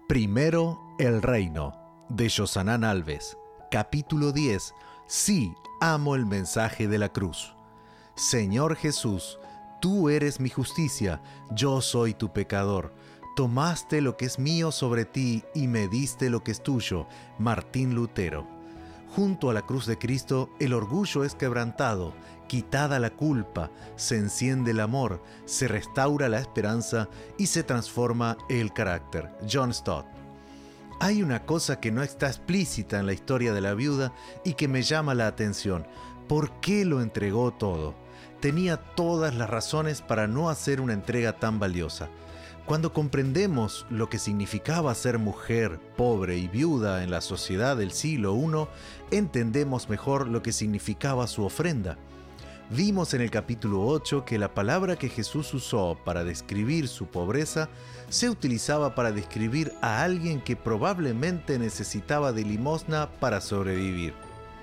Primero el reino, de Yosanán Alves. Capítulo 10. Sí, amo el mensaje de la cruz. Señor Jesús, tú eres mi justicia, yo soy tu pecador. Tomaste lo que es mío sobre ti y me diste lo que es tuyo. Martín Lutero. Junto a la cruz de Cristo, el orgullo es quebrantado, quitada la culpa, se enciende el amor, se restaura la esperanza y se transforma el carácter. John Stott. Hay una cosa que no está explícita en la historia de la viuda y que me llama la atención. ¿Por qué lo entregó todo? Tenía todas las razones para no hacer una entrega tan valiosa. Cuando comprendemos lo que significaba ser mujer, pobre y viuda en la sociedad del siglo I, entendemos mejor lo que significaba su ofrenda. Vimos en el capítulo 8 que la palabra que Jesús usó para describir su pobreza se utilizaba para describir a alguien que probablemente necesitaba de limosna para sobrevivir.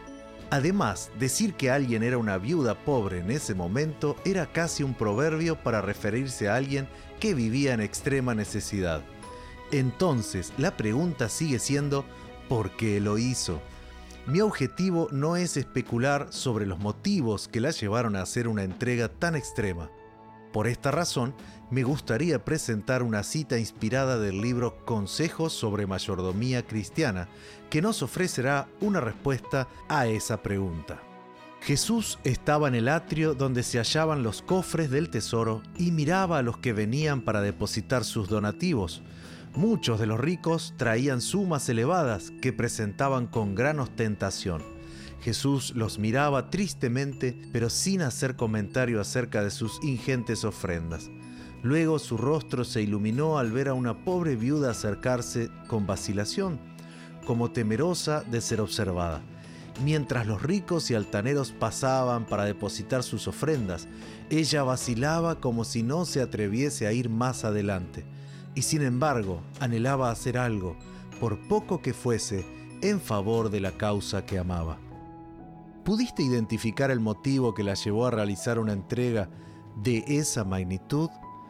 Además, decir que alguien era una viuda pobre en ese momento era casi un proverbio para referirse a alguien que vivía en extrema necesidad. Entonces, la pregunta sigue siendo, ¿por qué lo hizo? Mi objetivo no es especular sobre los motivos que la llevaron a hacer una entrega tan extrema. Por esta razón, me gustaría presentar una cita inspirada del libro Consejos sobre Mayordomía Cristiana, que nos ofrecerá una respuesta a esa pregunta. Jesús estaba en el atrio donde se hallaban los cofres del tesoro y miraba a los que venían para depositar sus donativos. Muchos de los ricos traían sumas elevadas que presentaban con gran ostentación. Jesús los miraba tristemente, pero sin hacer comentario acerca de sus ingentes ofrendas. Luego su rostro se iluminó al ver a una pobre viuda acercarse con vacilación, como temerosa de ser observada. Mientras los ricos y altaneros pasaban para depositar sus ofrendas, ella vacilaba como si no se atreviese a ir más adelante. Y sin embargo, anhelaba hacer algo, por poco que fuese, en favor de la causa que amaba. ¿Pudiste identificar el motivo que la llevó a realizar una entrega de esa magnitud?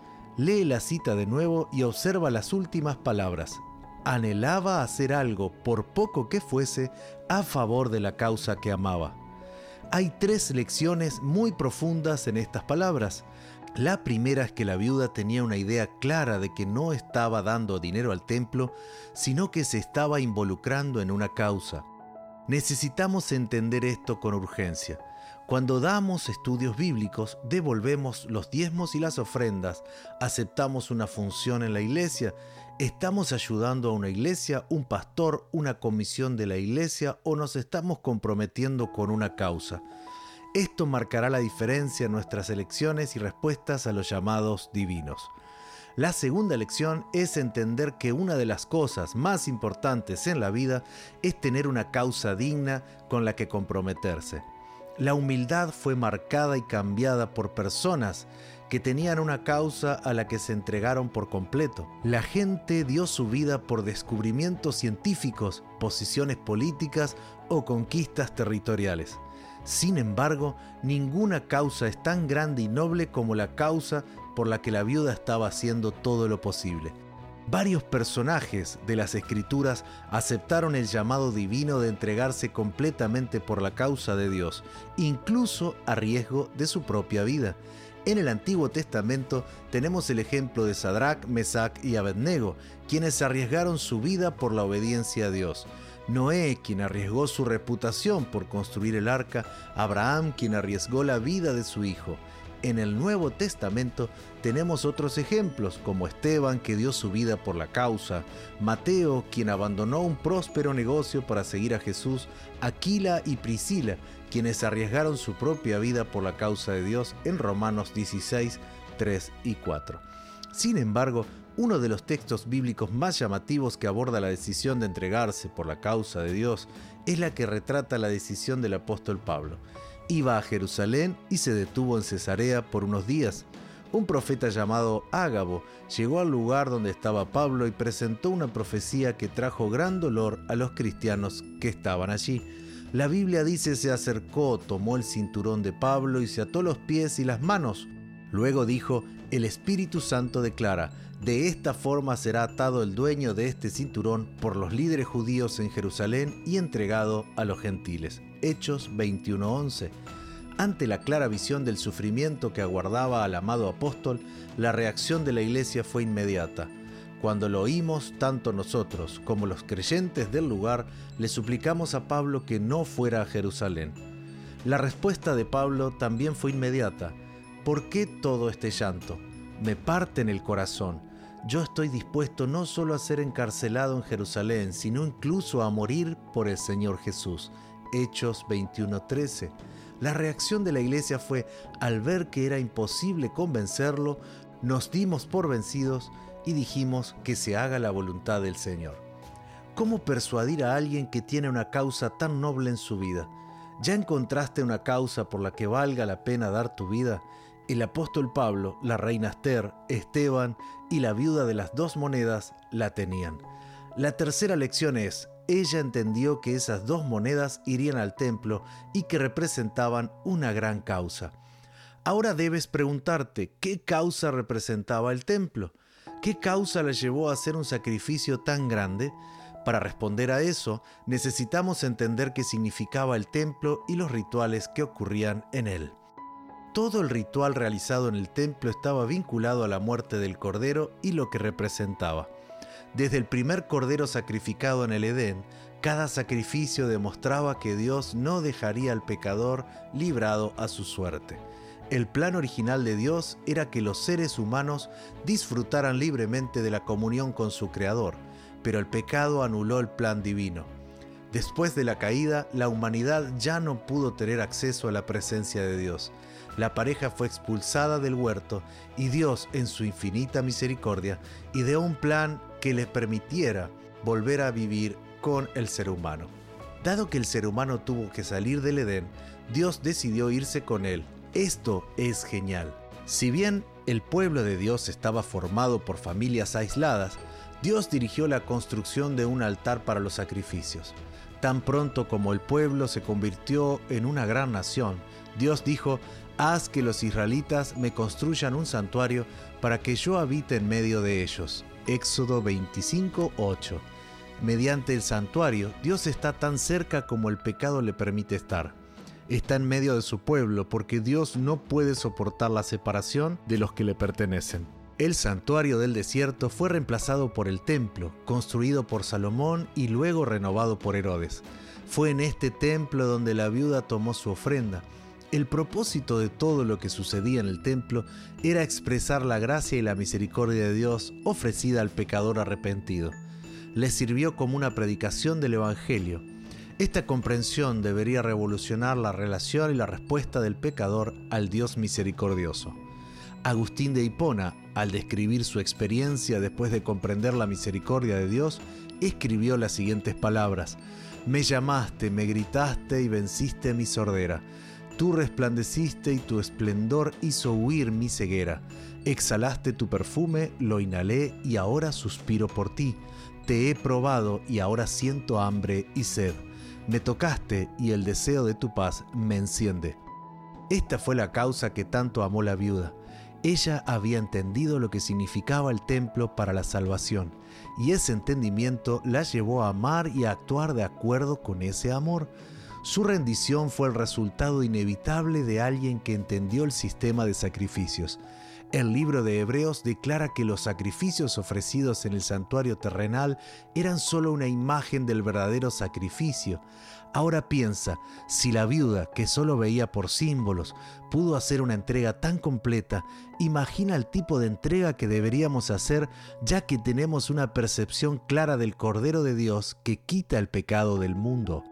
Lee la cita de nuevo y observa las últimas palabras. Anhelaba hacer algo, por poco que fuese, a favor de la causa que amaba. Hay 3 lecciones muy profundas en estas palabras. La primera es que la viuda tenía una idea clara de que no estaba dando dinero al templo, sino que se estaba involucrando en una causa. Necesitamos entender esto con urgencia. Cuando damos estudios bíblicos, devolvemos los diezmos y las ofrendas, aceptamos una función en la iglesia, estamos ayudando a una iglesia, un pastor, una comisión de la iglesia o nos estamos comprometiendo con una causa. Esto marcará la diferencia en nuestras elecciones y respuestas a los llamados divinos. La segunda lección es entender que una de las cosas más importantes en la vida es tener una causa digna con la que comprometerse. La humildad fue marcada y cambiada por personas que tenían una causa a la que se entregaron por completo. La gente dio su vida por descubrimientos científicos, posiciones políticas o conquistas territoriales. Sin embargo, ninguna causa es tan grande y noble como la causa por la que la viuda estaba haciendo todo lo posible. Varios personajes de las Escrituras aceptaron el llamado divino de entregarse completamente por la causa de Dios, incluso a riesgo de su propia vida. En el Antiguo Testamento tenemos el ejemplo de Sadrac, Mesac y Abednego, quienes arriesgaron su vida por la obediencia a Dios. Noé, quien arriesgó su reputación por construir el arca, Abraham, quien arriesgó la vida de su hijo. En el Nuevo Testamento tenemos otros ejemplos, como Esteban, que dio su vida por la causa, Mateo, quien abandonó un próspero negocio para seguir a Jesús, Aquila y Priscila, quienes arriesgaron su propia vida por la causa de Dios en Romanos 16, 3 y 4. Sin embargo, uno de los textos bíblicos más llamativos que aborda la decisión de entregarse por la causa de Dios es la que retrata la decisión del apóstol Pablo. Iba a Jerusalén y se detuvo en Cesarea por unos días. Un profeta llamado Ágabo llegó al lugar donde estaba Pablo y presentó una profecía que trajo gran dolor a los cristianos que estaban allí. La Biblia dice: se acercó, tomó el cinturón de Pablo y se ató los pies y las manos. Luego dijo: el Espíritu Santo declara, De esta forma será atado el dueño de este cinturón por los líderes judíos en Jerusalén y entregado a los gentiles. Hechos 21:11. Ante la clara visión del sufrimiento que aguardaba al amado apóstol, la reacción de la iglesia fue inmediata. Cuando lo oímos, tanto nosotros como los creyentes del lugar le suplicamos a Pablo que no fuera a Jerusalén. La respuesta de Pablo también fue inmediata. ¿Por qué todo este llanto? Me parte en el corazón. Yo estoy dispuesto no solo a ser encarcelado en Jerusalén, sino incluso a morir por el Señor Jesús. Hechos 21:13. La reacción de la iglesia fue, al ver que era imposible convencerlo, nos dimos por vencidos y dijimos que se haga la voluntad del Señor. ¿Cómo persuadir a alguien que tiene una causa tan noble en su vida? ¿Ya encontraste una causa por la que valga la pena dar tu vida? El apóstol Pablo, la reina Esther, Esteban y la viuda de las 2 monedas la tenían. La tercera lección es, ella entendió que esas 2 monedas irían al templo y que representaban una gran causa. Ahora debes preguntarte, ¿qué causa representaba el templo? ¿Qué causa la llevó a hacer un sacrificio tan grande? Para responder a eso, necesitamos entender qué significaba el templo y los rituales que ocurrían en él. Todo el ritual realizado en el templo estaba vinculado a la muerte del cordero y lo que representaba. Desde el primer cordero sacrificado en el Edén, cada sacrificio demostraba que Dios no dejaría al pecador librado a su suerte. El plan original de Dios era que los seres humanos disfrutaran libremente de la comunión con su Creador, pero el pecado anuló el plan divino. Después de la caída, la humanidad ya no pudo tener acceso a la presencia de Dios. La pareja fue expulsada del huerto y Dios, en su infinita misericordia, ideó un plan que le permitiera volver a vivir con el ser humano. Dado que el ser humano tuvo que salir del Edén, Dios decidió irse con él. Esto es genial. Si bien el pueblo de Dios estaba formado por familias aisladas, Dios dirigió la construcción de un altar para los sacrificios. Tan pronto como el pueblo se convirtió en una gran nación, Dios dijo: «Haz que los israelitas me construyan un santuario para que yo habite en medio de ellos». Éxodo 25:8. Mediante el santuario, Dios está tan cerca como el pecado le permite estar. Está en medio de su pueblo porque Dios no puede soportar la separación de los que le pertenecen. El santuario del desierto fue reemplazado por el templo, construido por Salomón y luego renovado por Herodes. Fue en este templo donde la viuda tomó su ofrenda. El propósito de todo lo que sucedía en el templo era expresar la gracia y la misericordia de Dios ofrecida al pecador arrepentido. Le sirvió como una predicación del Evangelio. Esta comprensión debería revolucionar la relación y la respuesta del pecador al Dios misericordioso. Agustín de Hipona, al describir su experiencia después de comprender la misericordia de Dios, escribió las siguientes palabras: «Me llamaste, me gritaste y venciste mi sordera. Tú resplandeciste y tu esplendor hizo huir mi ceguera. Exhalaste tu perfume, lo inhalé y ahora suspiro por ti. Te he probado y ahora siento hambre y sed. Me tocaste y el deseo de tu paz me enciende». Esta fue la causa que tanto amó la viuda. Ella había entendido lo que significaba el templo para la salvación, y ese entendimiento la llevó a amar y a actuar de acuerdo con ese amor. Su rendición fue el resultado inevitable de alguien que entendió el sistema de sacrificios. El libro de Hebreos declara que los sacrificios ofrecidos en el santuario terrenal eran solo una imagen del verdadero sacrificio. Ahora piensa, si la viuda, que solo veía por símbolos, pudo hacer una entrega tan completa, imagina el tipo de entrega que deberíamos hacer, ya que tenemos una percepción clara del Cordero de Dios que quita el pecado del mundo.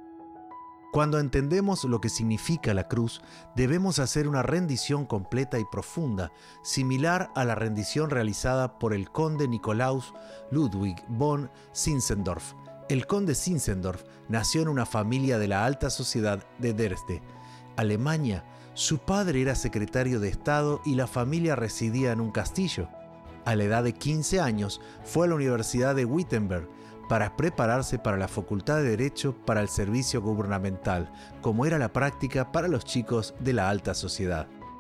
Cuando entendemos lo que significa la cruz, debemos hacer una rendición completa y profunda, similar a la rendición realizada por el conde Nikolaus Ludwig von Zinzendorf. El conde Zinzendorf nació en una familia de la alta sociedad de Dresde, Alemania. Su padre era secretario de Estado y la familia residía en un castillo. A la edad de 15 años fue a la Universidad de Wittenberg para prepararse para la Facultad de Derecho para el servicio gubernamental, como era la práctica para los chicos de la alta sociedad.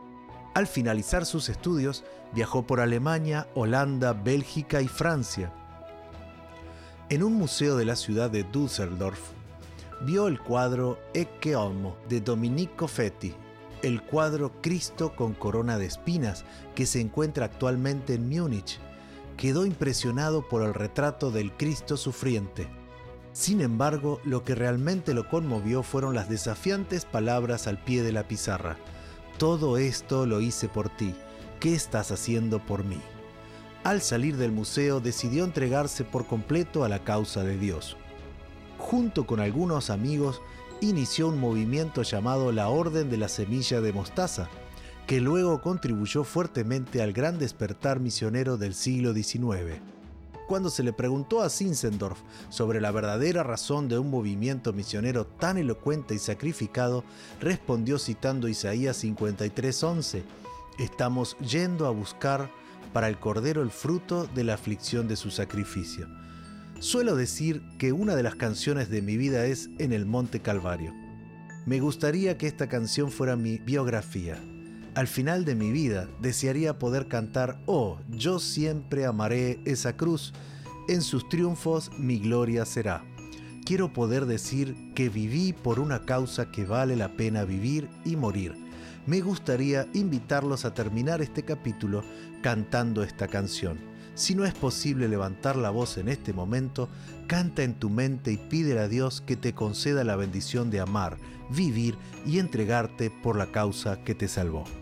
Al finalizar sus estudios, viajó por Alemania, Holanda, Bélgica y Francia. En un museo de la ciudad de Düsseldorf, vio el cuadro Ecce Homo de Domenico Fetti, el cuadro Cristo con corona de espinas, que se encuentra actualmente en Múnich. Quedó impresionado por el retrato del Cristo sufriente. Sin embargo, lo que realmente lo conmovió fueron las desafiantes palabras al pie de la pizarra. Todo esto lo hice por ti. ¿Qué estás haciendo por mí? Al salir del museo, decidió entregarse por completo a la causa de Dios. Junto con algunos amigos, inició un movimiento llamado la Orden de la Semilla de Mostaza, que luego contribuyó fuertemente al gran despertar misionero del siglo XIX. Cuando se le preguntó a Zinzendorf sobre la verdadera razón de un movimiento misionero tan elocuente y sacrificado, respondió citando Isaías 53:11: «Estamos yendo a buscar para el Cordero el fruto de la aflicción de su sacrificio». Suelo decir que una de las canciones de mi vida es En el Monte Calvario. Me gustaría que esta canción fuera mi biografía. Al final de mi vida desearía poder cantar: «Oh, yo siempre amaré esa cruz, en sus triunfos mi gloria será». Quiero poder decir que viví por una causa que vale la pena vivir y morir. Me gustaría invitarlos a terminar este capítulo cantando esta canción. Si no es posible levantar la voz en este momento, canta en tu mente y pídele a Dios que te conceda la bendición de amar, vivir y entregarte por la causa que te salvó.